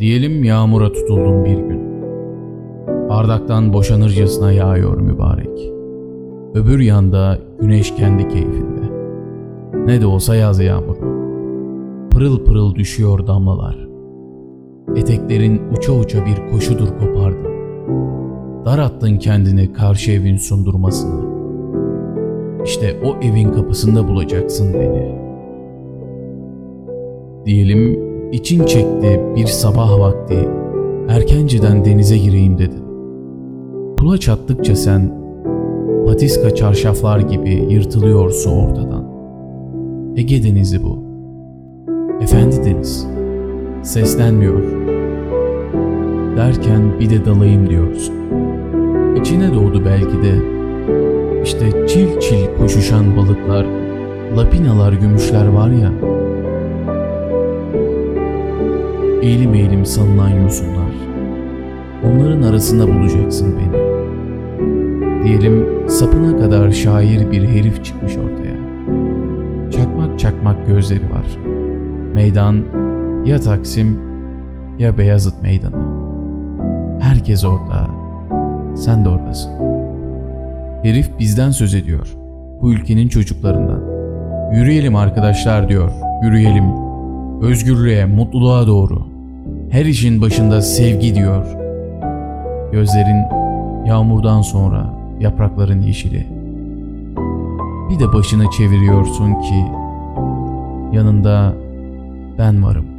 Diyelim yağmura tutuldum bir gün. Bardaktan boşanırcasına yağıyor mübarek. Öbür yanda güneş kendi keyfinde. Ne de olsa yaz yağmuru. Pırıl pırıl düşüyor damlalar. Eteklerin uça uça bir koşudur kopardın. Dar attın kendini karşı evin sundurmasına. İşte o evin kapısında bulacaksın beni. Diyelim için çekti bir sabah vakti, erkenceden denize gireyim dedin. Kulaç attıkça sen, patiska çarşaflar gibi yırtılıyor su ortadan. Ege denizi bu. Efendi deniz. Seslenmiyor. Derken bir de dalayım diyorsun. İçine doğdu belki de. İşte çil çil koşuşan balıklar, lapinalar, gümüşler var ya. Eğilim eğilim salınan yosunlar. Onların arasında bulacaksın beni. Diyelim sapına kadar şair bir herif çıkmış ortaya. Çakmak çakmak gözleri var. Meydan ya Taksim ya Beyazıt Meydanı. Herkes orada. Sen de oradasın. Herif bizden söz ediyor. Bu ülkenin çocuklarından. Yürüyelim arkadaşlar diyor. Yürüyelim. Özgürlüğe, mutluluğa doğru. Her işin başında sevgi diyor. Gözlerin yağmurdan sonra yaprakların yeşili. Bir de başını çeviriyorsun ki yanında ben varım.